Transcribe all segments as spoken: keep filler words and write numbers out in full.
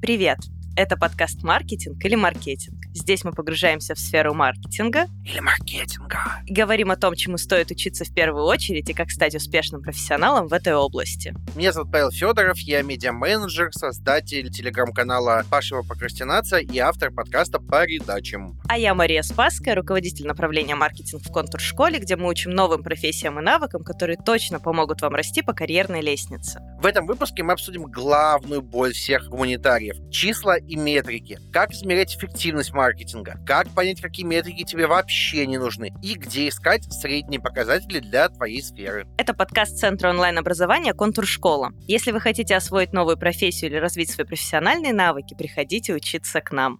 Привет! Это подкаст «Маркетинг» или «Маркетинг». Здесь мы погружаемся в сферу маркетинга или маркетинга и говорим о том, чему стоит учиться в первую очередь и как стать успешным профессионалом в этой области. Меня зовут Павел Федоров, я медиа-менеджер, создатель телеграм-канала «Пашева прокрастинация» и автор подкаста «По передачам». А я Мария Спасская, руководитель направления «Маркетинг» в Контур-школе, где мы учим новым профессиям и навыкам, которые точно помогут вам расти по карьерной лестнице. В этом выпуске мы обсудим главную боль всех гуманитариев – числа и метрики. Как измерять эффективность маркетинга, как понять, какие метрики тебе вообще не нужны и где искать средние показатели для твоей сферы. Это подкаст Центра онлайн-образования «Контур-школа». Если вы хотите освоить новую профессию или развить свои профессиональные навыки, приходите учиться к нам.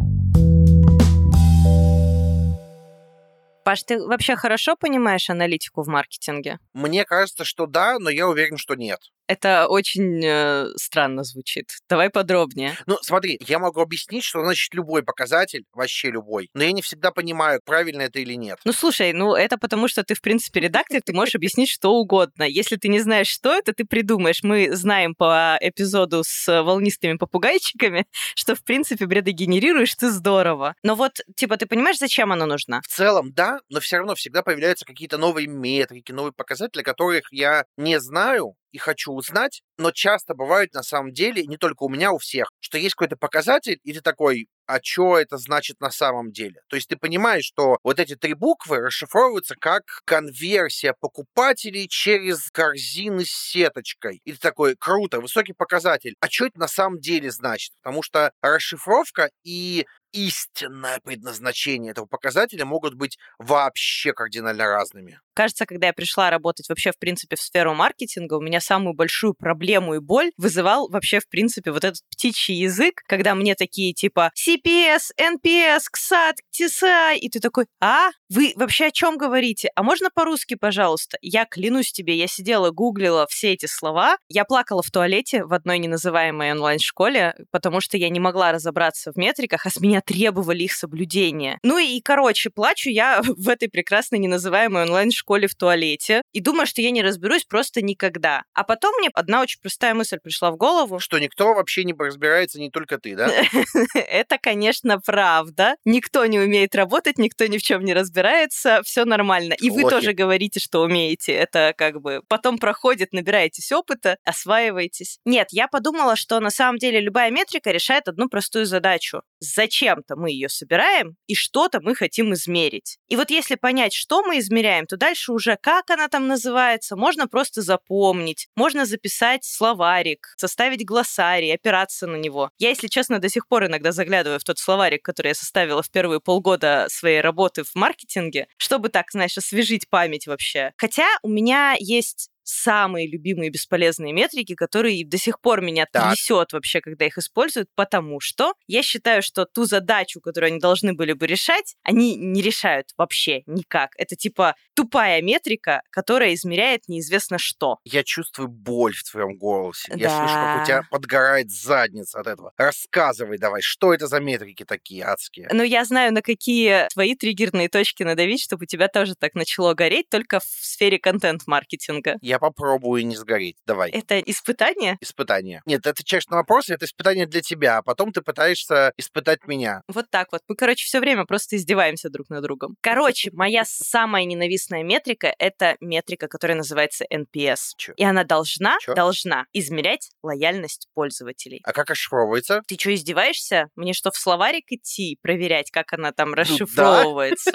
Паш, ты вообще хорошо понимаешь аналитику в маркетинге? Мне кажется, что да, но я уверен, что нет. Это очень э, странно звучит. Давай подробнее. Ну, смотри, я могу объяснить, что значит любой показатель, вообще любой, но я не всегда понимаю, правильно это или нет. Ну, слушай, ну это потому, что ты, в принципе, редактор, ты можешь объяснить что угодно. Если ты не знаешь, что это, ты придумаешь. Мы знаем по эпизоду с волнистыми попугайчиками, что, в принципе, бредогенерируешь ты здорово. Но вот, типа, ты понимаешь, зачем оно нужно? В целом, да, но все равно всегда появляются какие-то новые метрики, новые показатели, которых я не знаю и хочу узнать, но часто бывает на самом деле, не только у меня, у всех, что есть какой-то показатель, и ты такой, а что это значит на самом деле? То есть ты понимаешь, что вот эти три буквы расшифровываются как конверсия покупателей через корзины с сеточкой. И ты такой, круто, высокий показатель. А что это на самом деле значит? Потому что расшифровка и истинное предназначение этого показателя могут быть вообще кардинально разными. Кажется, когда я пришла работать вообще, в принципе, в сферу маркетинга, у меня самую большую проблему и боль вызывал вообще, в принципе, вот этот птичий язык, когда мне такие типа си пи эс, эн пи эс, ксат, ти эс ай, и ты такой, а? Вы вообще о чем говорите? А можно по-русски, пожалуйста? Я клянусь тебе, я сидела, гуглила все эти слова, я плакала в туалете в одной неназываемой онлайн-школе, потому что я не могла разобраться в метриках, а с меня требовали их соблюдения. Ну и, короче, плачу я в этой прекрасной неназываемой онлайн-школе в туалете и думаю, что я не разберусь просто никогда. А потом мне одна очень простая мысль пришла в голову. Что никто вообще не разбирается, не только ты, да? Это, конечно, правда. Никто не умеет работать, никто ни в чем не разбирается, все нормально. И вы тоже говорите, что умеете. Это как бы потом проходит, набираетесь опыта, осваиваетесь. Нет, я подумала, что на самом деле любая метрика решает одну простую задачу. Зачем-то мы ее собираем, и что-то мы хотим измерить. И вот если понять, что мы измеряем, то дальше уже как она там называется, можно просто запомнить, можно записать словарик, составить глоссарий, опираться на него. Я, если честно, до сих пор иногда заглядываю в тот словарик, который я составила в первые полгода своей работы в маркетинге, чтобы так, знаешь, освежить память вообще. Хотя у меня есть самые любимые бесполезные метрики, которые до сих пор меня трясет вообще, когда их используют, потому что я считаю, что ту задачу, которую они должны были бы решать, они не решают вообще никак. Это типа тупая метрика, которая измеряет неизвестно что. Я чувствую боль в твоем голосе. Да. Я слышу, как у тебя подгорает задница от этого. Рассказывай давай, что это за метрики такие адские? Ну, я знаю, на какие твои триггерные точки надавить, чтобы у тебя тоже так начало гореть, только в сфере контент-маркетинга. Я попробую не сгореть. Давай. Это испытание? Испытание. Нет, ты отвечаешь на вопросы, это испытание для тебя, а потом ты пытаешься испытать меня. Вот так вот. Мы, короче, все время просто издеваемся друг над другом. Короче, моя самая ненавистная метрика — это метрика, которая называется эн пи эс. Чё? И она должна, Чё? должна измерять лояльность пользователей. А как расшифровывается? Ты что, издеваешься? Мне что, в словарик идти, проверять, как она там расшифровывается?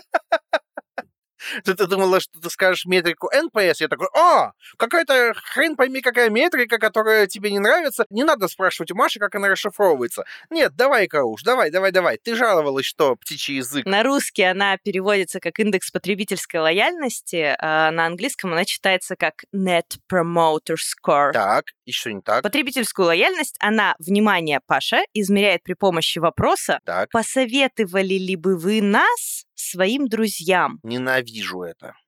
Ты, ты думала, что ты скажешь метрику эн пи эс? Я такой, о, какая-то хрен пойми какая метрика, которая тебе не нравится. Не надо спрашивать у Маши, как она расшифровывается. Нет, давай-ка уж, давай, давай, давай. Ты жаловалась, что птичий язык. На русский она переводится как индекс потребительской лояльности, а на английском она читается как Net Promoter Score. Так, и что не так? Потребительскую лояльность она, внимание, Паша, измеряет при помощи вопроса Так. «Посоветовали ли бы вы нас своим друзьям?» Ненавижу это.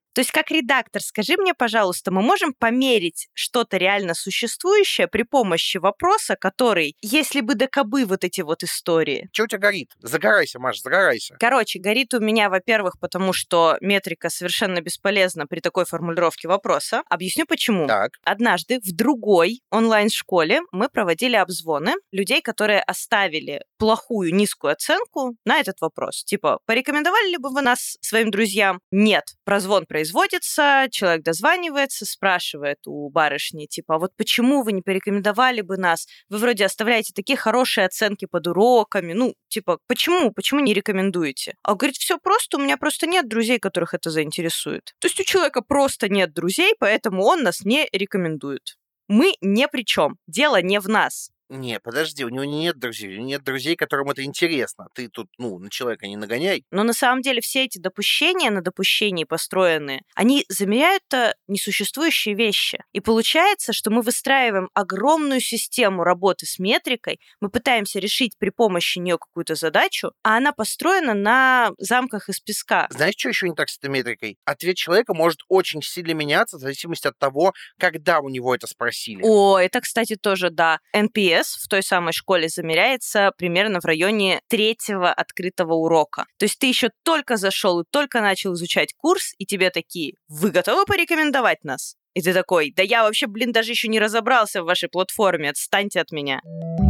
То есть как редактор, скажи мне, пожалуйста, мы можем померить что-то реально существующее при помощи вопроса, который, если бы докобы вот эти вот истории. Чего у тебя горит? Загорайся, Маш, загорайся. Короче, горит у меня, во-первых, потому что метрика совершенно бесполезна при такой формулировке вопроса. Объясню почему. Так. Однажды в другой онлайн-школе мы проводили обзвоны людей, которые оставили плохую, низкую оценку на этот вопрос. Типа, порекомендовали ли бы вы нас своим друзьям? Нет. Прозвон производится, человек дозванивается, спрашивает у барышни, типа, а вот почему вы не порекомендовали бы нас? Вы вроде оставляете такие хорошие оценки под уроками. Ну, типа, почему? Почему не рекомендуете? А говорит, все просто, у меня просто нет друзей, которых это заинтересует. То есть у человека просто нет друзей, поэтому он нас не рекомендует. Мы ни при чем. Дело не в нас. Не, подожди, у него нет друзей, у него нет друзей, которым это интересно. Ты тут, ну, на человека не нагоняй. Но на самом деле все эти допущения на допущении построенные, они замеряют несуществующие вещи. И получается, что мы выстраиваем огромную систему работы с метрикой, мы пытаемся решить при помощи нее какую-то задачу, а она построена на замках из песка. Знаешь, что еще не так с этой метрикой? Ответ человека может очень сильно меняться в зависимости от того, когда у него это спросили. О, это, кстати, тоже, да. эн пи эс в той самой школе замеряется примерно в районе третьего открытого урока. То есть ты еще только зашел и только начал изучать курс, и тебе такие, вы готовы порекомендовать нас? И ты такой, да я вообще, блин, даже еще не разобрался в вашей платформе, отстаньте от меня.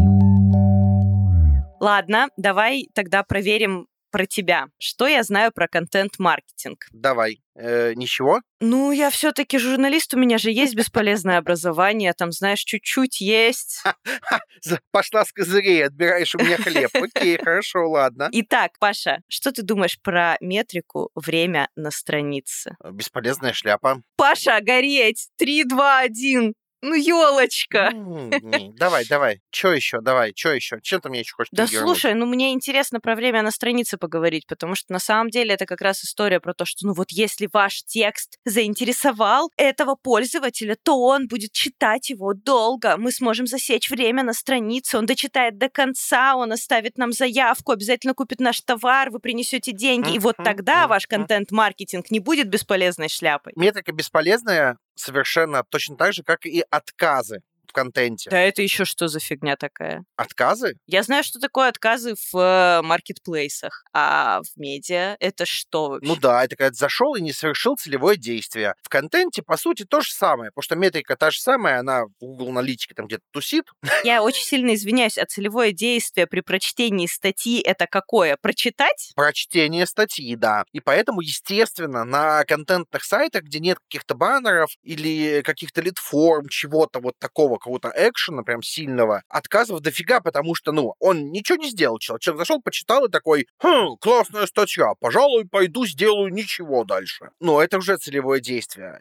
Ладно, давай тогда проверим про тебя. Что я знаю про контент-маркетинг? Давай. Э, ничего? Ну, я все-таки журналист, у меня же есть бесполезное образование, там, знаешь, чуть-чуть есть. Пошла с козырей, отбираешь у меня хлеб. Окей, хорошо, ладно. Итак, Паша, что ты думаешь про метрику «время на странице»? Бесполезная шляпа. Паша, гореть! Три, два, один! Ну, елочка. Mm, давай, давай. Что еще? Давай, что еще? Чем ты мне еще хочешь Да триггернуть? слушай, ну мне интересно про время на странице поговорить, потому что на самом деле это как раз история про то, что ну вот если ваш текст заинтересовал этого пользователя, то он будет читать его долго. Мы сможем засечь время на странице, он дочитает до конца, он оставит нам заявку, обязательно купит наш товар, вы принесете деньги, и вот тогда ваш контент-маркетинг не будет бесполезной шляпой. Метрика бесполезная совершенно точно так же, как и отказы в контенте. Да это еще что за фигня такая? Отказы? Я знаю, что такое отказы в маркетплейсах, а в медиа это что вообще? Ну да, это когда ты зашел и не совершил целевое действие. В контенте, по сути, то же самое, потому что метрика та же самая, она в Google аналитике там где-то тусит. Я очень сильно извиняюсь, а целевое действие при прочтении статьи это какое? Прочитать? Прочтение статьи, да. И поэтому, естественно, на контентных сайтах, где нет каких-то баннеров или каких-то лид-форм, чего-то вот такого, какого-то экшена прям сильного, отказов дофига, потому что, ну, он ничего не сделал. Человек, человек зашел, почитал и такой, хм, классная статья, пожалуй, пойду сделаю ничего дальше. Ну, это уже целевое действие.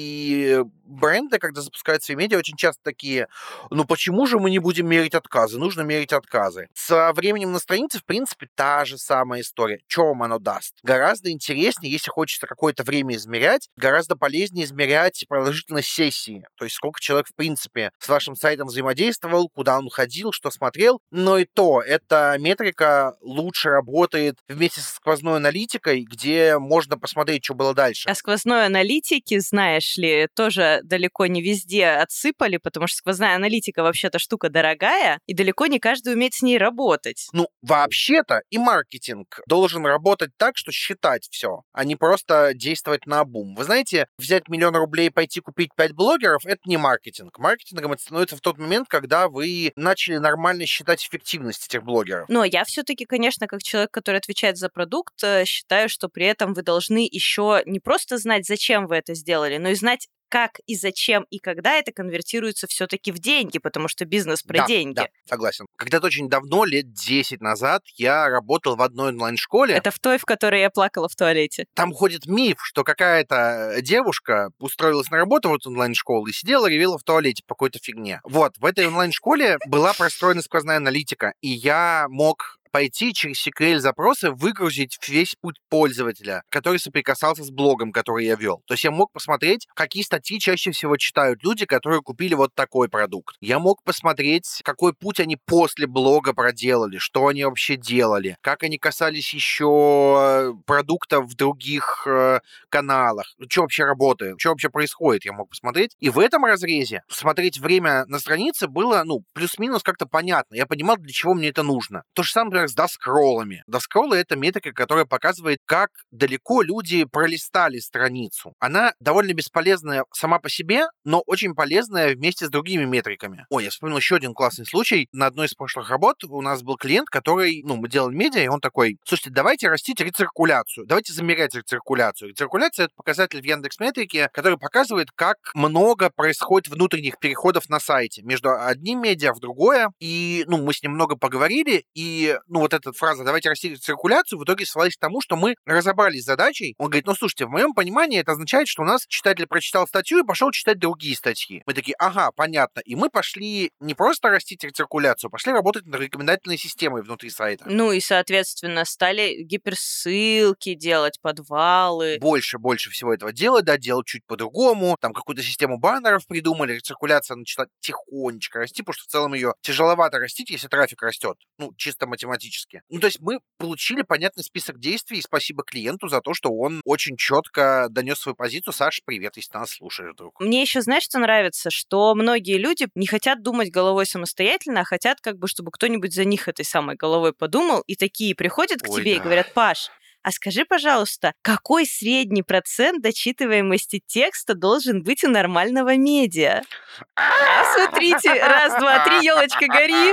И бренды, когда запускают свои медиа, очень часто такие, ну, почему же мы не будем мерить отказы? Нужно мерить отказы. Со временем на странице, в принципе, та же самая история. Что вам оно даст? Гораздо интереснее, если хочется какое-то время измерять, гораздо полезнее измерять продолжительность сессии. То есть сколько человек, в принципе, с вашим сайтом взаимодействовал, куда он ходил, что смотрел. Но и то, эта метрика лучше работает вместе со сквозной аналитикой, где можно посмотреть, что было дальше. А сквозной аналитики, знаешь ли, тоже далеко не везде отсыпали, потому что сквозная аналитика вообще-то штука дорогая, и далеко не каждый умеет с ней работать. Ну, вообще-то и маркетинг должен работать так, что считать все, а не просто действовать наобум. Вы знаете, взять миллион рублей и пойти купить пять блогеров — это не маркетинг. Маркетингом это становится в тот момент, когда вы начали нормально считать эффективность этих блогеров. Но я все-таки, конечно, как человек, который отвечает за продукт, считаю, что при этом вы должны еще не просто знать, зачем вы это сделали, но и знать, как и зачем и когда это конвертируется все-таки в деньги, потому что бизнес про да, деньги. Да, согласен. Когда-то очень давно, лет десять назад, я работал в одной онлайн-школе. Это в той, в которой я плакала в туалете. Там ходит миф, что какая-то девушка устроилась на работу в эту онлайн-школу и сидела, ревела в туалете по какой-то фигне. Вот, в этой онлайн-школе была простроена сквозная аналитика, и я мог пойти через си кью эль-запросы выгрузить весь путь пользователя, который соприкасался с блогом, который я вел. То есть я мог посмотреть, какие статьи чаще всего читают люди, которые купили вот такой продукт. Я мог посмотреть, какой путь они после блога проделали, что они вообще делали, как они касались еще продуктов в других э, каналах, что вообще работает, что вообще происходит, я мог посмотреть. И в этом разрезе смотреть время на странице было, ну, плюс-минус как-то понятно. Я понимал, для чего мне это нужно. То же самое, например, с доскроллами. Доскроллы — это метрика, которая показывает, как далеко люди пролистали страницу. Она довольно бесполезная сама по себе, но очень полезная вместе с другими метриками. Ой, я вспомнил еще один классный случай. На одной из прошлых работ у нас был клиент, который, ну, мы делали медиа, и он такой: слушайте, давайте растить рециркуляцию, давайте замерять рециркуляцию. Рециркуляция — это показатель в Яндекс.Метрике, который показывает, как много происходит внутренних переходов на сайте между одним медиа в другое. И, ну, мы с ним много поговорили, и, ну, вот эта фраза «давайте растить циркуляцию» в итоге свелась к тому, что мы разобрались с задачей. Он говорит: ну, слушайте, в моем понимании это означает, что у нас читатель прочитал статью и пошел читать другие статьи. Мы такие: ага, понятно. И мы пошли не просто растить рециркуляцию, пошли работать над рекомендательной системой внутри сайта. Ну и, соответственно, стали гиперссылки делать, подвалы. Больше, больше всего этого делать, да, делать чуть по-другому. Там какую-то систему баннеров придумали, рециркуляция начала тихонечко расти, потому что в целом ее тяжеловато растить, если трафик растет. Ну, чисто математически. Ну, то есть мы получили понятный список действий, и спасибо клиенту за то, что он очень четко донес свою позицию. Саш, привет, если ты нас слушаешь, друг. Мне еще, знаешь, что нравится? Что многие люди не хотят думать головой самостоятельно, а хотят, как бы, чтобы кто-нибудь за них этой самой головой подумал, и такие приходят к Ой, тебе да. и говорят: Паш, а скажи, пожалуйста, какой средний процент дочитываемости текста должен быть у нормального медиа? А, смотрите, раз, два, три, елочка, гори.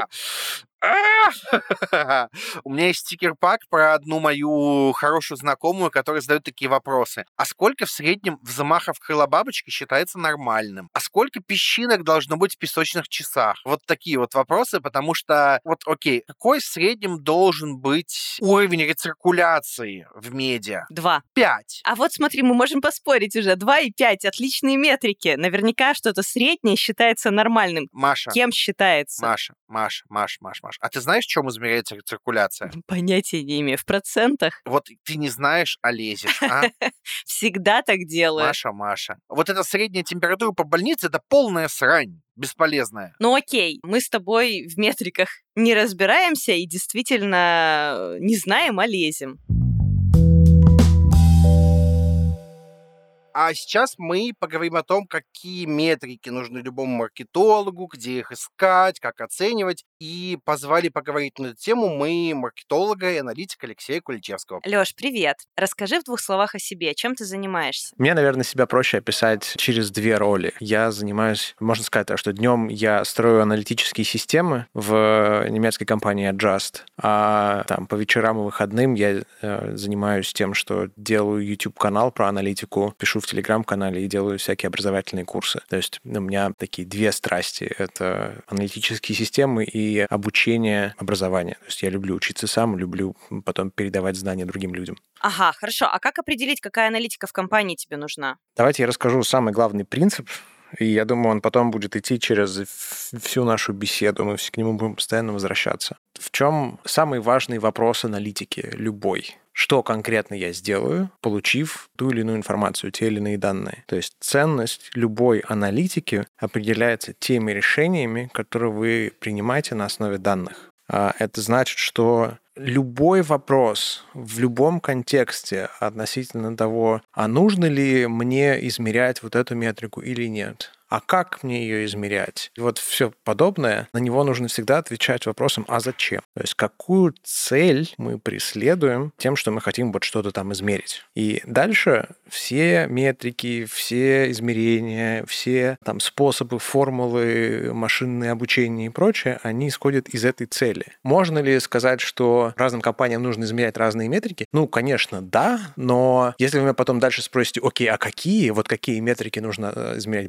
У меня есть стикер-пак про одну мою хорошую знакомую, которая задает такие вопросы. А сколько в среднем взмахов крыла бабочки считается нормальным? А сколько песчинок должно быть в песочных часах? Вот такие вот вопросы, потому что, вот окей, какой в среднем должен быть уровень рециркуляции в медиа? Два. Пять. А вот смотри, мы можем поспорить уже. Два и пять. Отличные метрики. Наверняка что-то среднее считается нормальным. Маша. Кем считается? Маша, Маша, Маша, Маша, Маша. А ты знаешь, в чем измеряется рециркуляция? Понятия не имею. В процентах? Вот ты не знаешь, а лезешь, а? Всегда так делаю. Маша, Маша. Вот эта средняя температура по больнице — это полная срань, бесполезная. Ну окей, мы с тобой в метриках не разбираемся и действительно не знаем, а лезем. А сейчас мы поговорим о том, какие метрики нужны любому маркетологу, где их искать, как оценивать. И позвали поговорить на эту тему мы маркетолога и аналитика Алексея Куличевского. Лёш, привет. Расскажи в двух словах о себе. Чем ты занимаешься? Мне, наверное, себя проще описать через две роли. Я занимаюсь, можно сказать, что днем я строю аналитические системы в немецкой компании Adjust, а там по вечерам и выходным я э, занимаюсь тем, что делаю YouTube-канал про аналитику, пишу в Телеграм-канале и делаю всякие образовательные курсы. То есть у меня такие две страсти. Это аналитические системы и обучение, образование. То есть я люблю учиться сам, люблю потом передавать знания другим людям. Ага, хорошо. А как определить, какая аналитика в компании тебе нужна? Давайте я расскажу самый главный принцип, и я думаю, он потом будет идти через всю нашу беседу, мы к нему будем постоянно возвращаться. В чем самый важный вопрос аналитики? Любой. Что конкретно я сделаю, получив ту или иную информацию, те или иные данные. То есть ценность любой аналитики определяется теми решениями, которые вы принимаете на основе данных. Это значит, что любой вопрос в любом контексте относительно того, а нужно ли мне измерять вот эту метрику или нет, а как мне ее измерять? И вот все подобное, на него нужно всегда отвечать вопросом «а зачем?». То есть какую цель мы преследуем тем, что мы хотим вот что-то там измерить. И дальше все метрики, все измерения, все там способы, формулы, машинное обучение и прочее, они исходят из этой цели. Можно ли сказать, что разным компаниям нужно измерять разные метрики? Ну, конечно, да, но если вы меня потом дальше спросите, окей, а какие, вот какие метрики нужно измерять большим компаниям,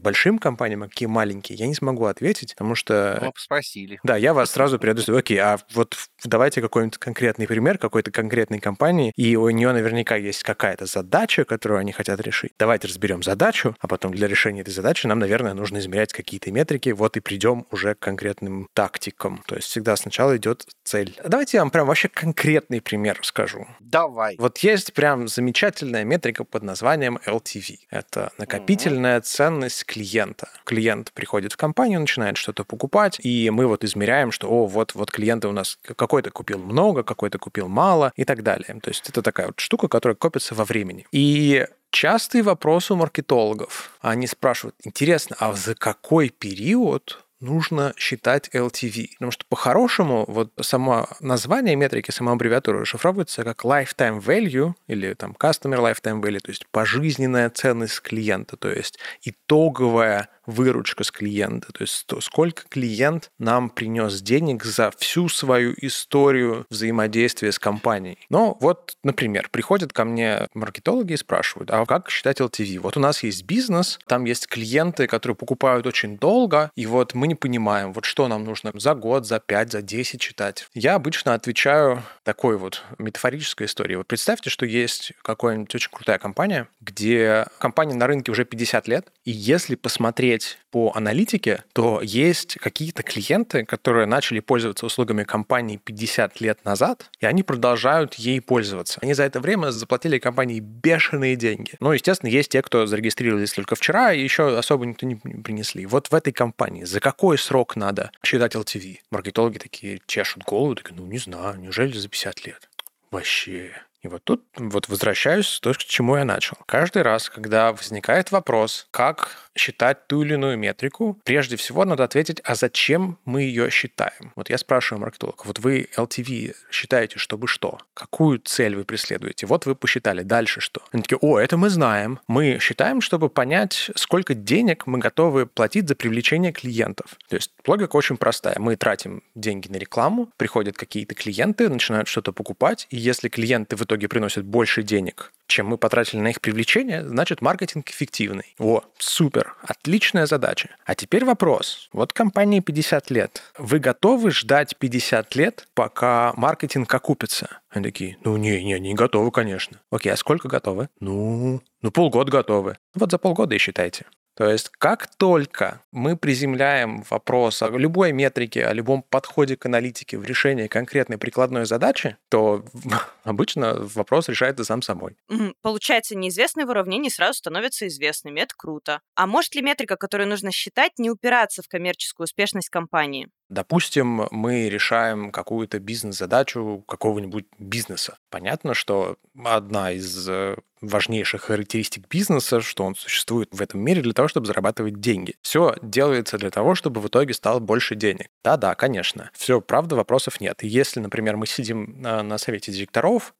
компаниям, а какие маленькие, я не смогу ответить, потому что... Ну, спросили. Да, я вас сразу приду, окей, а вот давайте какой-нибудь конкретный пример какой-то конкретной компании, и у нее наверняка есть какая-то задача, которую они хотят решить. Давайте разберем задачу, а потом для решения этой задачи нам, наверное, нужно измерять какие-то метрики, вот и придем уже к конкретным тактикам. То есть всегда сначала идет цель. Давайте я вам прям вообще конкретный пример скажу. Давай. Вот есть прям замечательная метрика под названием эл ти ви. Это накопительная mm-hmm. ценность клиента. Клиент приходит в компанию, начинает что-то покупать, и мы вот измеряем, что, о, вот, вот клиенты у нас какой-то купил много, какой-то купил мало и так далее. То есть это такая вот штука, которая копится во времени. И частый вопрос у маркетологов. Они спрашивают, интересно, а за какой период нужно считать эл ти ви? Потому что по-хорошему вот само название метрики, сама аббревиатура расшифровывается как lifetime value или там customer lifetime value, то есть пожизненная ценность клиента, то есть итоговая выручка с клиента, то есть то, сколько клиент нам принес денег за всю свою историю взаимодействия с компанией. Ну, вот, например, приходят ко мне маркетологи и спрашивают, а как считать эл ти ви? Вот у нас есть бизнес, там есть клиенты, которые покупают очень долго, и вот мы не понимаем, вот что нам нужно за год, за пять, за десять читать. Я обычно отвечаю такой вот метафорической историей. Вот представьте, что есть какая-нибудь очень крутая компания, где компания на рынке уже пятьдесят лет, и если посмотреть по аналитике, то есть какие-то клиенты, которые начали пользоваться услугами компании пятьдесят лет назад, и они продолжают ей пользоваться. Они за это время заплатили компании бешеные деньги. Ну, естественно, есть те, кто зарегистрировались только вчера, и еще особо никто не принесли. Вот в этой компании за какой срок надо считать эл ти ви? Маркетологи такие чешут голову, такие, ну, не знаю, неужели за пятьдесят лет? Вообще... И вот тут вот возвращаюсь к тому, к чему я начал. Каждый раз, когда возникает вопрос, как считать ту или иную метрику, прежде всего надо ответить, а зачем мы ее считаем? Вот я спрашиваю маркетологов, вот вы эл ти ви считаете, чтобы что? Какую цель вы преследуете? Вот вы посчитали, дальше что? Они такие, о, это мы знаем. Мы считаем, чтобы понять, сколько денег мы готовы платить за привлечение клиентов. То есть логика очень простая. Мы тратим деньги на рекламу, приходят какие-то клиенты, начинают что-то покупать, и если клиенты в итоге приносят больше денег, чем мы потратили на их привлечение, значит, маркетинг эффективный. О, супер, отличная задача. А теперь вопрос. Вот компании пятьдесят лет. Вы готовы ждать пятьдесят лет, пока маркетинг окупится? Они такие, ну не, не, не готовы, конечно. Окей, а сколько готовы? Ну, ну полгода готовы. Вот за полгода и считайте. То есть как только мы приземляем вопрос о любой метрике, о любом подходе к аналитике в решении конкретной прикладной задачи, то обычно вопрос решается сам собой. Получается, неизвестные в уравнении сразу становятся известными. Это круто. А может ли метрика, которую нужно считать, не упираться в коммерческую успешность компании? Допустим, мы решаем какую-то бизнес-задачу какого-нибудь бизнеса. Понятно, что одна из важнейших характеристик бизнеса, что он существует в этом мире для того, чтобы зарабатывать деньги. Все делается для того, чтобы в итоге стало больше денег. Да-да, конечно. Все, правда, вопросов нет. И если, например, мы сидим на, на совете директоров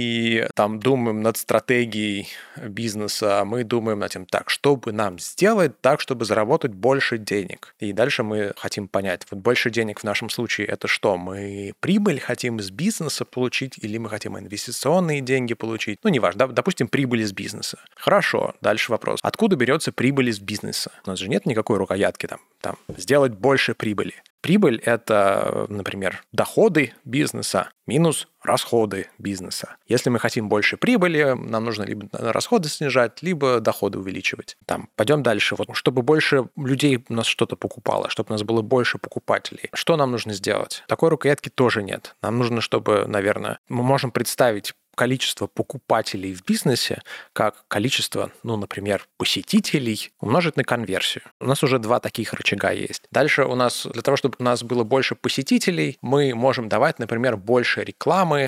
и там думаем над стратегией бизнеса, мы думаем над тем, так, что бы нам сделать так, чтобы заработать больше денег. И дальше мы хотим понять, вот больше денег в нашем случае это что? Мы прибыль хотим из бизнеса получить или мы хотим инвестиционные деньги получить? Ну, неважно, допустим, прибыль из бизнеса. Хорошо, дальше вопрос. Откуда берется прибыль из бизнеса? У нас же нет никакой рукоятки там, там сделать больше прибыли. Прибыль – это, например, доходы бизнеса минус расходы бизнеса. Если мы хотим больше прибыли, нам нужно либо расходы снижать, либо доходы увеличивать. Там, пойдем дальше. Вот, чтобы больше людей у нас что-то покупало, чтобы у нас было больше покупателей. Что нам нужно сделать? Такой рукоятки тоже нет. Нам нужно, чтобы, наверное, мы можем представить количество покупателей в бизнесе как количество, ну, например, посетителей умножить на конверсию. У нас уже два таких рычага есть. Дальше у нас, для того, чтобы у нас было больше посетителей, мы можем давать, например, больше рекламы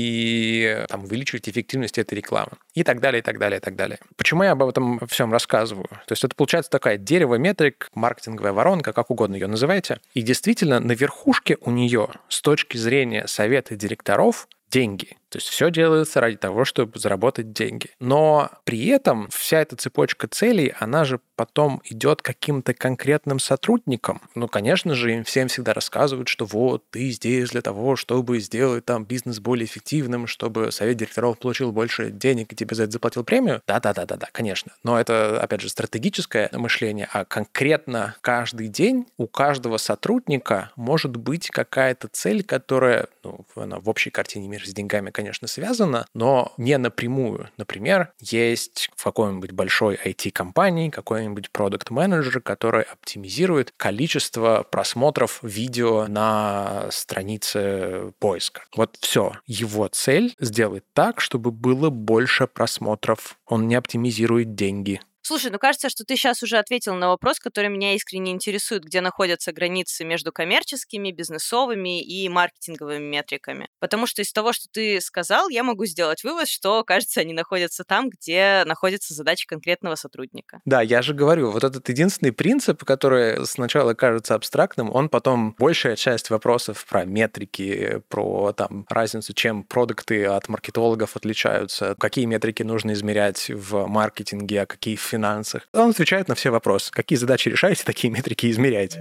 и там, увеличивать эффективность этой рекламы. И так далее, и так далее, и так далее. Почему я об этом всем рассказываю? То есть это получается такая дерево метрик, маркетинговая воронка, как угодно ее называйте. И действительно, на верхушке у нее с точки зрения совета директоров деньги. То есть все делается ради того, чтобы заработать деньги. Но при этом вся эта цепочка целей, она же потом идет каким-то конкретным сотрудникам. Ну, конечно же, им всем всегда рассказывают, что вот ты здесь для того, чтобы сделать там бизнес более эффективным, чтобы совет директоров получил больше денег и тебе за это заплатил премию. Да-да-да-да-да, конечно. Но это, опять же, стратегическое мышление, а конкретно каждый день у каждого сотрудника может быть какая-то цель, которая, ну, она в общей картине мира с деньгами, конечно, связана, но не напрямую. Например, есть в какой-нибудь большой ай ти-компании какой-нибудь продакт-менеджер, который оптимизирует количество просмотров видео на странице поиска. Вот все. Его цель сделать так, чтобы было больше просмотров. Он не оптимизирует деньги. Слушай, ну кажется, что ты сейчас уже ответил на вопрос, который меня искренне интересует, где находятся границы между коммерческими, бизнесовыми и маркетинговыми метриками. Потому что из того, что ты сказал, я могу сделать вывод, что, кажется, они находятся там, где находится задача конкретного сотрудника. Да, я же говорю, вот этот единственный принцип, который сначала кажется абстрактным, он потом большая часть вопросов про метрики, про там разницу, чем продукты от маркетологов отличаются, какие метрики нужно измерять в маркетинге, а какие в финансах. Он отвечает на все вопросы. Какие задачи решаете, такие метрики измеряйте.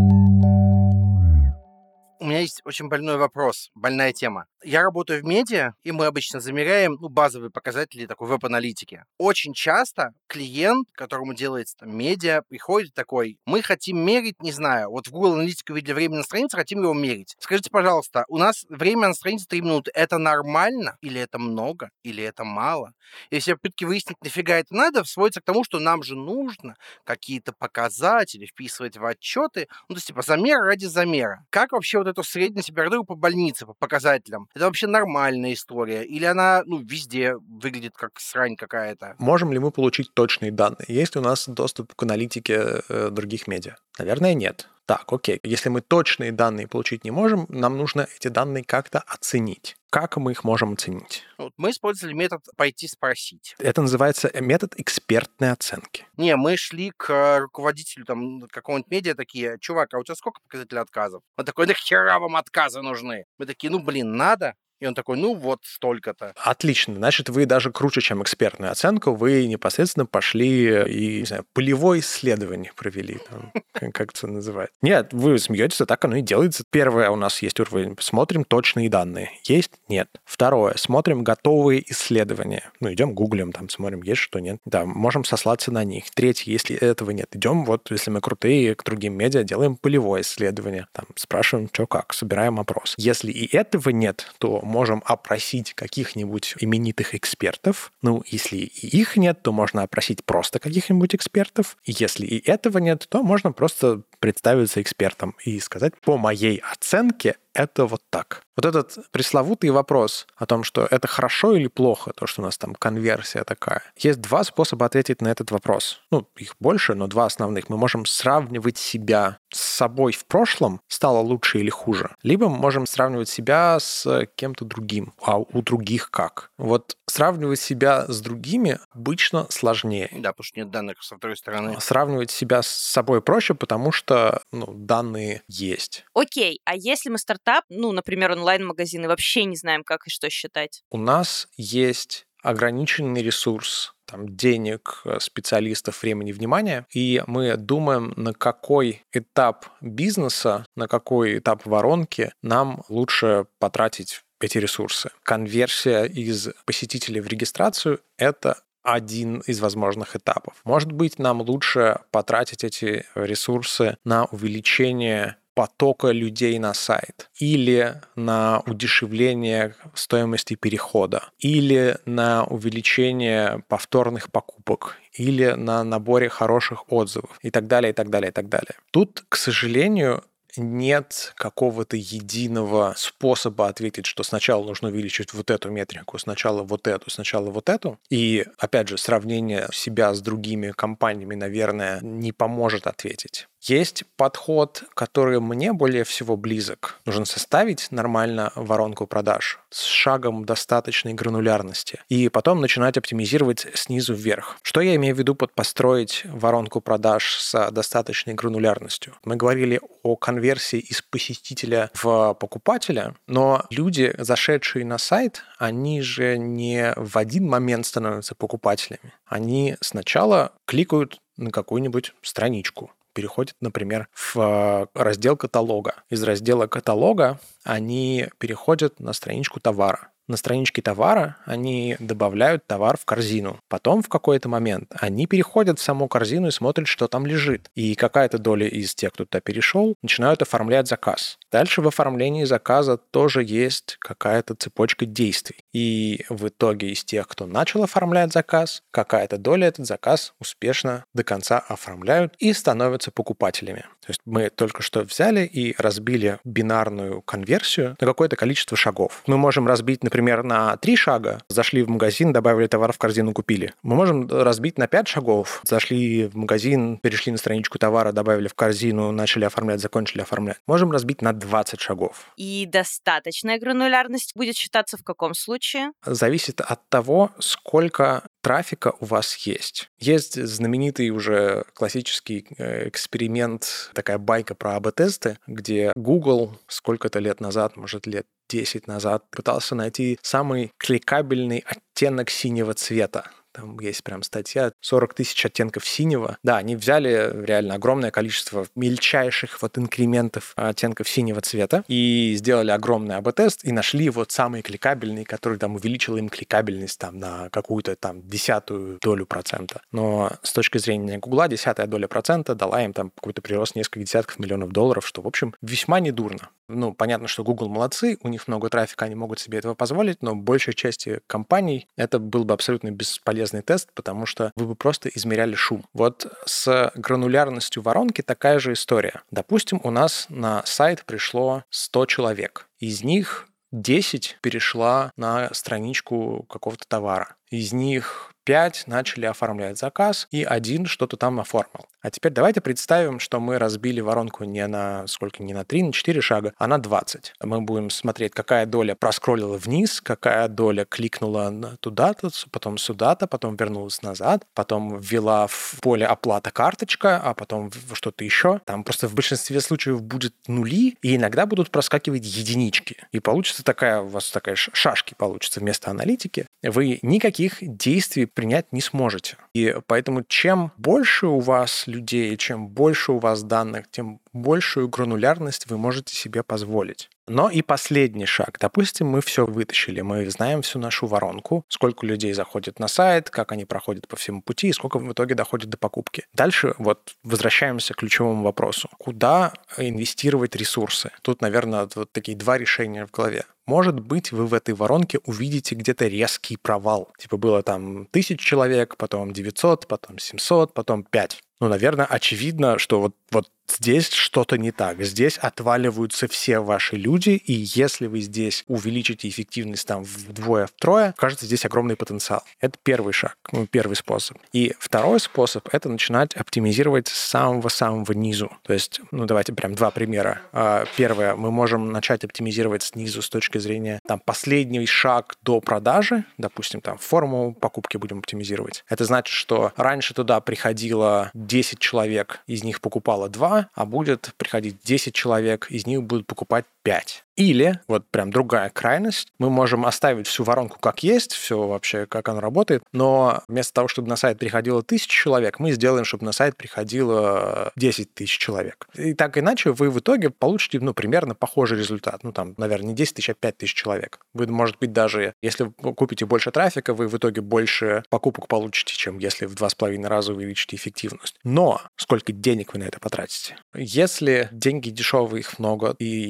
У меня есть очень больной вопрос, больная тема. Я работаю в медиа, и мы обычно замеряем ну, базовые показатели такой веб-аналитики. Очень часто клиент, которому делается там, медиа, приходит такой, мы хотим мерить, не знаю, вот в Google Аналитике увидели время на странице, хотим его мерить. Скажите, пожалуйста, у нас время на странице три минуты, это нормально? Или это много? Или это мало? И все попытки выяснить, нафига это надо, сводятся к тому, что нам же нужно какие-то показатели вписывать в отчеты, ну, то есть, типа, замер ради замера. Как вообще вот эту среднюю температуру по больнице, по показателям? Это вообще нормальная история? Или она, ну, везде выглядит как срань какая-то? Можем ли мы получить точные данные? Есть ли у нас доступ к аналитике э, других медиа? Наверное, нет. Так, окей. Если мы точные данные получить не можем, нам нужно эти данные как-то оценить. Как мы их можем оценить? Вот мы использовали метод «пойти спросить». Это называется метод экспертной оценки. Не, мы шли к руководителю там какого-нибудь медиа, такие, чувак, а у тебя сколько показателей отказов? Он такой, да хера вам отказы нужны. Мы такие, ну, блин, надо. И он такой, ну вот столько-то. Отлично. Значит, вы даже круче, чем экспертную оценку, вы непосредственно пошли и, не знаю, полевое исследование провели, там, как это называют. Нет, вы смеетесь, а так оно и делается. Первое, у нас есть уровень, смотрим точные данные. Есть? Нет. Второе, смотрим готовые исследования. Ну, идем гуглим, там, смотрим, есть что, нет. Да, можем сослаться на них. Третье, если этого нет, идем, вот, если мы крутые, к другим медиа, делаем полевое исследование. Там, спрашиваем, что как, собираем опрос. Если и этого нет, то можем опросить каких-нибудь именитых экспертов. Ну, если и их нет, то можно опросить просто каких-нибудь экспертов. И если и этого нет, то можно просто представиться экспертом и сказать, по моей оценке, это вот так. Вот этот пресловутый вопрос о том, что это хорошо или плохо, то, что у нас там конверсия такая. Есть два способа ответить на этот вопрос. Ну, их больше, но два основных. Мы можем сравнивать себя с собой в прошлом, стало лучше или хуже. Либо мы можем сравнивать себя с кем-то другим. А у других как? Вот сравнивать себя с другими обычно сложнее. Да, потому что нет данных со второй стороны. Сравнивать себя с собой проще, потому что ну, данные есть. Окей, а если мы стартап, ну, например, онлайн-магазин, и вообще не знаем, как и что считать? У нас есть ограниченный ресурс там, денег, специалистов, времени, внимания, и мы думаем, на какой этап бизнеса, на какой этап воронки нам лучше потратить эти ресурсы. Конверсия из посетителей в регистрацию — это один из возможных этапов. Может быть, нам лучше потратить эти ресурсы на увеличение потока людей на сайт, или на удешевление стоимости перехода, или на увеличение повторных покупок, или на наборе хороших отзывов, и так далее, и так далее, и так далее. Тут, к сожалению, нет какого-то единого способа ответить, что сначала нужно увеличить вот эту метрику, сначала вот эту, сначала вот эту. И, опять же, сравнение себя с другими компаниями, наверное, не поможет ответить. Есть подход, который мне более всего близок. Нужно составить нормально воронку продаж с шагом достаточной гранулярности и потом начинать оптимизировать снизу вверх. Что я имею в виду под построить воронку продаж с достаточной гранулярностью? Мы говорили о конверсии из посетителя в покупателя, но люди, зашедшие на сайт, они же не в один момент становятся покупателями. Они сначала кликают на какую-нибудь страничку, переходят, например, в раздел каталога. Из раздела каталога они переходят на страничку товара. На страничке товара они добавляют товар в корзину. Потом в какой-то момент они переходят в саму корзину и смотрят, что там лежит. И какая-то доля из тех, кто туда перешел, начинают оформлять заказ. Дальше в оформлении заказа тоже есть какая-то цепочка действий. И в итоге из тех, кто начал оформлять заказ, какая-то доля этот заказ успешно до конца оформляют и становятся покупателями. То есть мы только что взяли и разбили бинарную конверсию на какое-то количество шагов. Мы можем разбить, например, на три шага. Зашли в магазин, добавили товар в корзину, купили. Мы можем разбить на пять шагов. Зашли в магазин, перешли на страничку товара, добавили в корзину, начали оформлять, закончили оформлять. Можем разбить на двадцать шагов. И достаточная гранулярность будет считаться в каком случае? Зависит от того, сколько трафика у вас есть. Есть знаменитый уже классический эксперимент, такая байка про эй би тесты, где Google сколько-то лет назад, может, лет десять назад, пытался найти самый кликабельный оттенок синего цвета. Там есть прям статья сорок тысяч оттенков синего. Да, они взяли реально огромное количество мельчайших вот инкрементов оттенков синего цвета и сделали огромный эй би тест и нашли вот самый кликабельный, который там увеличил им кликабельность там на какую-то там десятую долю процента. Но с точки зрения Гугла десятая доля процента дала им там какой-то прирост нескольких десятков миллионов долларов, что, в общем, весьма недурно. Ну, понятно, что Google молодцы, у них много трафика, они могут себе этого позволить, но большей части компаний это был бы абсолютно бесполезный тест, потому что вы бы просто измеряли шум. Вот с гранулярностью воронки такая же история. Допустим, у нас на сайт пришло сто человек. Из них десять перешла на страничку какого-то товара. Из них пять начали оформлять заказ, и один что-то там оформил. А теперь давайте представим, что мы разбили воронку не на сколько, не на три, на четыре шага, а на двадцать. Мы будем смотреть, какая доля проскроллила вниз, какая доля кликнула туда-то, потом сюда-то, потом вернулась назад, потом ввела в поле оплата карточка, а потом что-то еще. Там просто в большинстве случаев будет нули, и иногда будут проскакивать единички. И получится такая, у вас такая шашки получится вместо аналитики. Вы никаких действий принять не сможете. И поэтому чем больше у вас людей, чем больше у вас данных, тем большую гранулярность вы можете себе позволить. Но и последний шаг. Допустим, мы все вытащили, мы знаем всю нашу воронку, сколько людей заходит на сайт, как они проходят по всему пути и сколько в итоге доходит до покупки. Дальше вот возвращаемся к ключевому вопросу. Куда инвестировать ресурсы? Тут, наверное, вот такие два решения в голове. Может быть, вы в этой воронке увидите где-то резкий провал. Типа было там тысяча человек, потом девятьсот, потом семьсот, потом пять. Ну, наверное, очевидно, что вот, вот здесь что-то не так. Здесь отваливаются все ваши люди, и если вы здесь увеличите эффективность там вдвое-втрое, кажется, здесь огромный потенциал. Это первый шаг, ну, первый способ. И второй способ — это начинать оптимизировать с самого-самого низу. То есть, ну, давайте прям два примера. Первое, мы можем начать оптимизировать снизу с точки зрения там последний шаг до продажи, допустим, там форму покупки будем оптимизировать. Это значит, что раньше туда приходило десять человек, из них покупало два, а будет приходить десять человек, из них будут покупать пять. Или, вот прям другая крайность, мы можем оставить всю воронку как есть, все вообще, как она работает, но вместо того, чтобы на сайт приходило тысяча человек, мы сделаем, чтобы на сайт приходило десять тысяч человек. И так иначе вы в итоге получите, ну, примерно похожий результат. Ну, там, наверное, не десять тысяч, а пять тысяч человек. Вы, может быть, даже, если вы купите больше трафика, вы в итоге больше покупок получите, чем если в два с половиной раза увеличите эффективность. Но сколько денег вы на это потратите? Если деньги дешевые, их много, и задача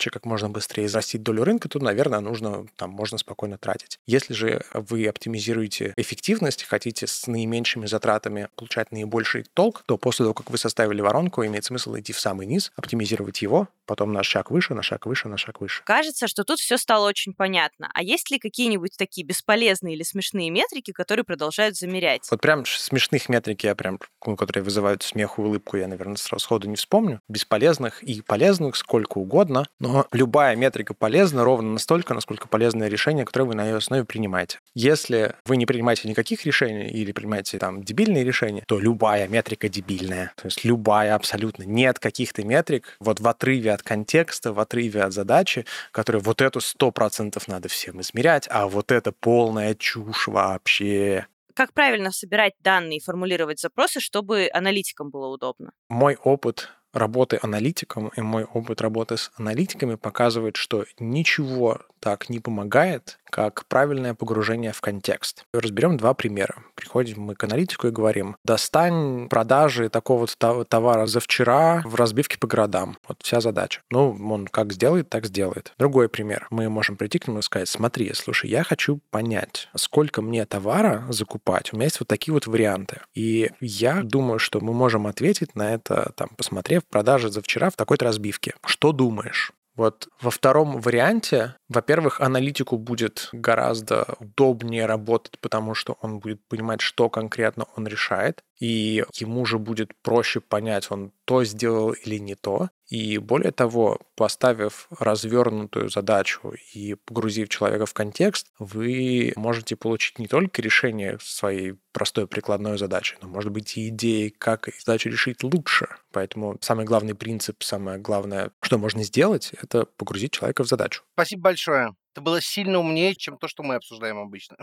задача как можно быстрее зарастить долю рынка, то, наверное, нужно, там, можно спокойно тратить. Если же вы оптимизируете эффективность, хотите с наименьшими затратами получать наибольший толк, то после того, как вы составили воронку, имеет смысл идти в самый низ, оптимизировать его, потом на шаг выше, на шаг выше, на шаг выше. Кажется, что тут все стало очень понятно. А есть ли какие-нибудь такие бесполезные или смешные метрики, которые продолжают замерять? Вот прям смешных метрик я прям, ну, которые вызывают смех и улыбку, я, наверное, сразу сходу не вспомню. Бесполезных и полезных сколько угодно, но любая метрика полезна ровно настолько, насколько полезное решение, которое вы на ее основе принимаете. Если вы не принимаете никаких решений или принимаете там дебильные решения, то любая метрика дебильная. То есть любая абсолютно. Нет каких-то метрик вот в отрыве от контекста, в отрыве от задачи, которые вот эту сто процентов надо всем измерять, а вот это полная чушь вообще. Как правильно собирать данные и формулировать запросы, чтобы аналитикам было удобно? Мой опыт работы аналитиком и мой опыт работы с аналитиками показывает, что ничего так не помогает, как правильное погружение в контекст. Разберем два примера. Приходим мы к аналитику и говорим: достань продажи такого-то товара за вчера в разбивке по городам. Вот вся задача. Ну, он как сделает, так сделает. Другой пример. Мы можем прийти к нему и сказать: смотри, слушай, я хочу понять, сколько мне товара закупать. У меня есть вот такие вот варианты. И я думаю, что мы можем ответить на это, там, посмотрев продажи за вчера в такой-то разбивке. Что думаешь? Вот во втором варианте, во-первых, аналитику будет гораздо удобнее работать, потому что он будет понимать, что конкретно он решает, и ему же будет проще понять, он то сделал или не то. И более того, поставив развернутую задачу и погрузив человека в контекст, вы можете получить не только решение своей простой прикладной задачи, но, может быть, и идеи, как задачу решить лучше. Поэтому самый главный принцип, самое главное, что можно сделать, это погрузить человека в задачу. Спасибо большое. Это было сильно умнее, чем то, что мы обсуждаем обычно.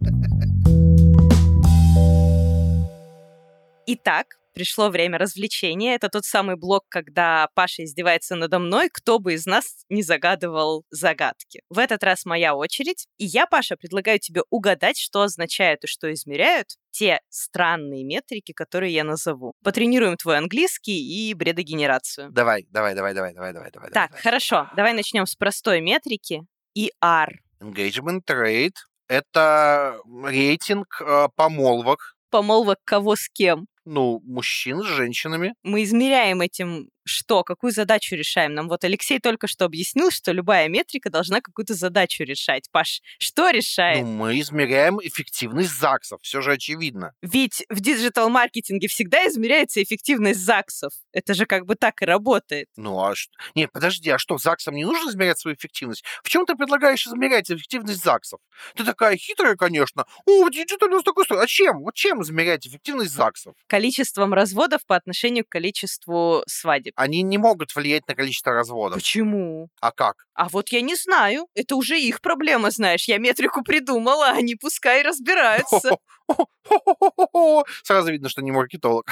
Итак, пришло время развлечения. Это тот самый блок, когда Паша издевается надо мной, кто бы из нас не загадывал загадки. В этот раз моя очередь. И я, Паша, предлагаю тебе угадать, что означают и что измеряют те странные метрики, которые я назову. Потренируем твой английский и бредогенерацию. Давай, давай, давай, давай, давай, давай, давай. Так, давай. хорошо. Давай начнем с простой метрики. и ар. Engagement rate — это рейтинг э, помолвок. Помолвок кого с кем? Ну, мужчин с женщинами. Мы измеряем этим что? Какую задачу решаем? Нам вот Алексей только что объяснил, что любая метрика должна какую-то задачу решать. Паш, что решает? Ну, мы измеряем эффективность ЗАГСов, все же очевидно. Ведь в диджитал-маркетинге всегда измеряется эффективность ЗАГСов. Это же как бы так и работает. Ну, а что? Нет, подожди, а что, ЗАГСам не нужно измерять свою эффективность? В чем ты предлагаешь измерять эффективность ЗАГСов? Ты такая хитрая, конечно. О, диджитал у нас такой стоит. А чем? Вот чем измерять эффективность ЗАГСов? Количеством разводов по отношению к количеству свадеб. Они не могут влиять на количество разводов. Почему? А как? А вот я не знаю. Это уже их проблема, знаешь. Я метрику придумала, а они пускай разбираются. Сразу видно, что не маркетолог.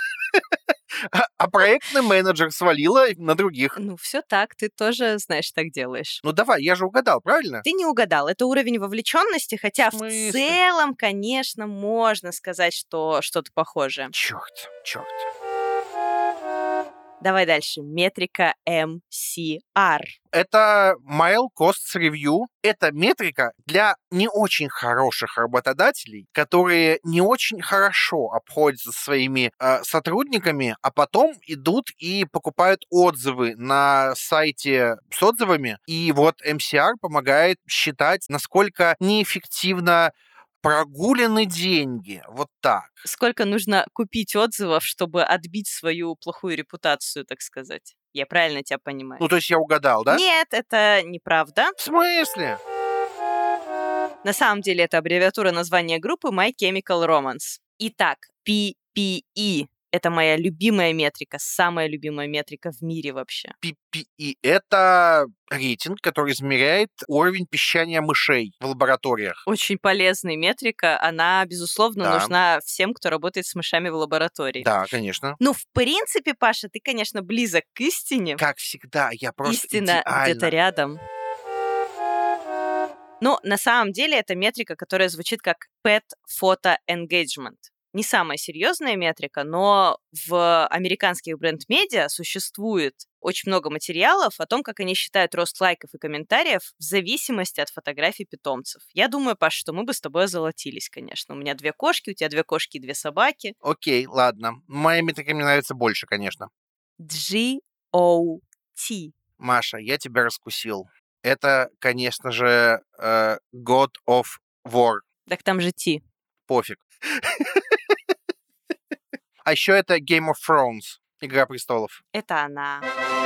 А проектный менеджер свалила на других. Ну, все так, ты тоже, знаешь, так делаешь. Ну давай, я же угадал, правильно? Ты не угадал. Это уровень вовлеченности, хотя в, В целом, конечно, можно сказать, что что-то похожее. Черт, черт. Давай дальше. Метрика эм си ар. Это Mile Costs Review. Это метрика для не очень хороших работодателей, которые не очень хорошо обходятся со своими э, сотрудниками, а потом идут и покупают отзывы на сайте с отзывами. И вот эм си ар помогает считать, насколько неэффективно прогулены деньги. Вот так. Сколько нужно купить отзывов, чтобы отбить свою плохую репутацию, так сказать? Я правильно тебя понимаю? Ну, то есть я угадал, да? Нет, это неправда. В смысле? На самом деле это аббревиатура названия группы My Chemical Romance. Итак, пи пи и — это моя любимая метрика, самая любимая метрика в мире вообще. пи пи и — это рейтинг, который измеряет уровень пищания мышей в лабораториях. Очень полезная метрика. Она, безусловно, Да. нужна всем, кто работает с мышами в лаборатории. Да, конечно. Ну, в принципе, Паша, ты, конечно, близок к истине. Как всегда, я просто Истина идеально. где-то рядом. Но на самом деле это метрика, которая звучит как Pet Photo Engagement. Не самая серьезная метрика, но в американских бренд-медиа существует очень много материалов о том, как они считают рост лайков и комментариев в зависимости от фотографий питомцев. Я думаю, Паш, что мы бы с тобой озолотились, конечно. У меня две кошки, у тебя две кошки и две собаки. Окей, ладно. Моя метрика мне нравится больше, конечно. джи о ти. Маша, я тебя раскусил. Это, конечно же, э, God of War. Так там же T. Пофиг. А еще это Game of Thrones. Игра престолов. Это она.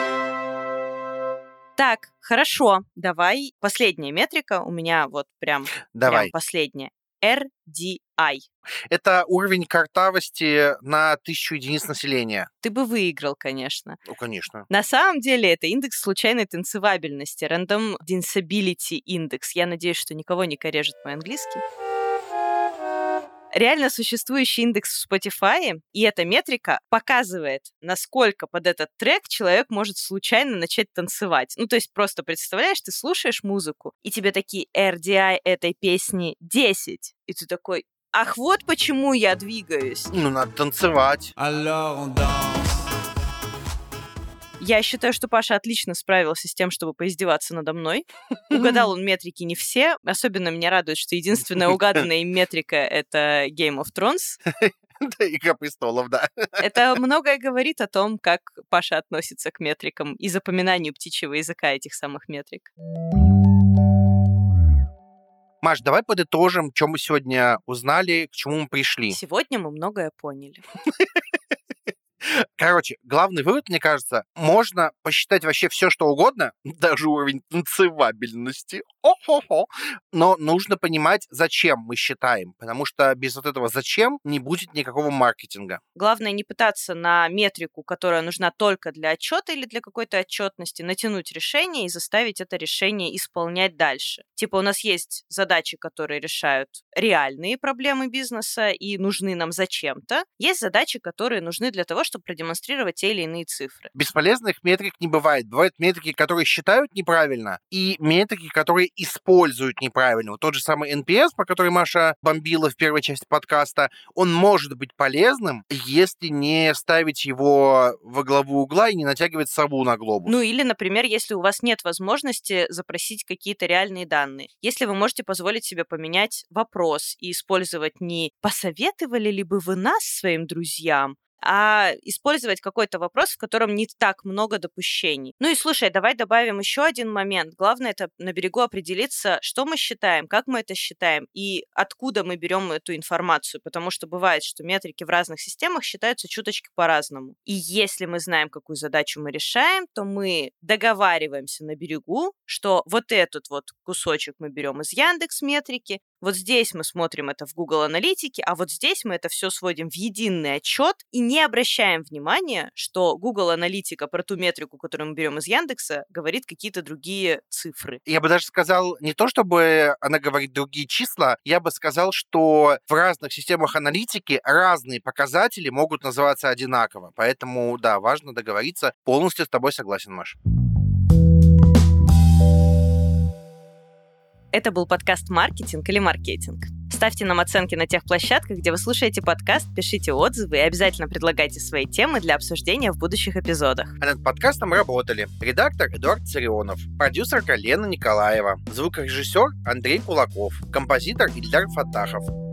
Так, хорошо. Давай. Последняя метрика у меня вот прям, Давай. прям последняя. эр ди ай. Это уровень картавости на тысячу единиц населения. Ты бы выиграл, конечно. Ну, конечно. На самом деле это индекс случайной танцевабельности, Random Danceability Index. Я надеюсь, что никого не корежит мой английский. Реально существующий индекс в Spotify, и эта метрика показывает, насколько под этот трек человек может случайно начать танцевать. Ну, то есть просто представляешь, ты слушаешь музыку, и тебе такие эр ди ай этой песни десять, и ты такой, ах, вот почему я двигаюсь. Ну, надо танцевать. Я считаю, что Паша отлично справился с тем, чтобы поиздеваться надо мной. Угадал он метрики не все. Особенно меня радует, что единственная угаданная им метрика — это Game of Thrones. Да, Игра престолов, да. Это многое говорит о том, как Паша относится к метрикам и запоминанию птичьего языка этих самых метрик. Маш, давай подытожим, что мы сегодня узнали, к чему мы пришли. Сегодня мы многое поняли. Короче, главный вывод, мне кажется, можно посчитать вообще все, что угодно, даже уровень танцевабельности, о-хо-хо, но нужно понимать, зачем мы считаем, потому что без вот этого «зачем» не будет никакого маркетинга. Главное не пытаться на метрику, которая нужна только для отчета или для какой-то отчетности, натянуть решение и заставить это решение исполнять дальше. Типа у нас есть задачи, которые решают реальные проблемы бизнеса и нужны нам зачем-то. Есть задачи, которые нужны для того, чтобы продемонстрировать те или иные цифры. Бесполезных метрик не бывает. Бывают метрики, которые считают неправильно, и метрики, которые используют неправильно. Вот тот же самый эн пи эс, по который Маша бомбила в первой части подкаста, он может быть полезным, если не ставить его во главу угла и не натягивать сову на глобус. Ну или, например, если у вас нет возможности запросить какие-то реальные данные. Если вы можете позволить себе поменять вопрос и использовать не «посоветовали ли бы вы нас своим друзьям?», а использовать какой-то вопрос, в котором не так много допущений. Ну и слушай, давай добавим еще один момент. Главное это на берегу определиться, что мы считаем, как мы это считаем и откуда мы берем эту информацию, потому что бывает, что метрики в разных системах считаются чуточки по-разному. И если мы знаем, какую задачу мы решаем, то мы договариваемся на берегу, что вот этот вот кусочек мы берем из Яндекс.Метрики, вот здесь мы смотрим это в Google Аналитике, а вот здесь мы это все сводим в единый отчет и не обращаем внимания, что Google Аналитика про ту метрику, которую мы берем из Яндекса, говорит какие-то другие цифры. Я бы даже сказал, не то чтобы она говорит другие числа, я бы сказал, что в разных системах аналитики разные показатели могут называться одинаково. Поэтому, да, важно договориться. Полностью с тобой согласен, Маш. Это был подкаст «Маркетинг» или «Маркетинг». Ставьте нам оценки на тех площадках, где вы слушаете подкаст, пишите отзывы и обязательно предлагайте свои темы для обсуждения в будущих эпизодах. А над подкастом работали редактор Эдуард Царионов, продюсерка Лена Николаева, звукорежиссер Андрей Кулаков, композитор Ильдар Фатахов.